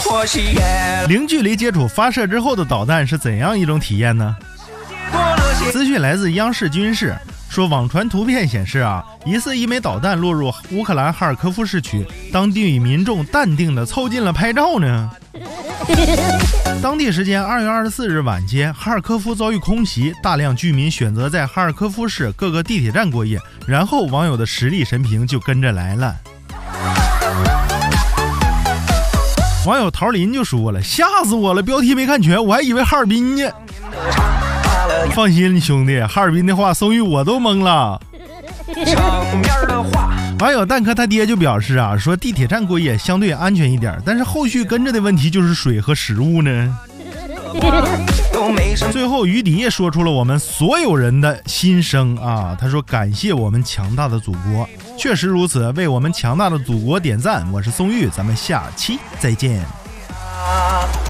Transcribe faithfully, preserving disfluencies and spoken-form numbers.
零距离接触发射之后的导弹是怎样一种体验呢？资讯来自央视军事，说网传图片显示啊，疑似一枚导弹落入乌克兰哈尔科夫市区，当地民众淡定地凑近了拍照呢。当地时间二月二十四日晚间，哈尔科夫遭遇空袭，大量居民选择在哈尔科夫市各个地铁站过夜，然后网友的实力神评就跟着来了。网友桃林就说了，吓死我了，标题没看全，我还以为哈尔滨呢。放心兄弟，哈尔滨的话宋玉我都懵了。网友蛋壳他爹就表示啊，说地铁站过夜相对安全一点，但是后续跟着的问题就是水和食物呢。最后于迪也说出了我们所有人的心声啊，他说感谢我们强大的祖国，确实如此，为我们强大的祖国点赞。我是宋玉，咱们下期再见。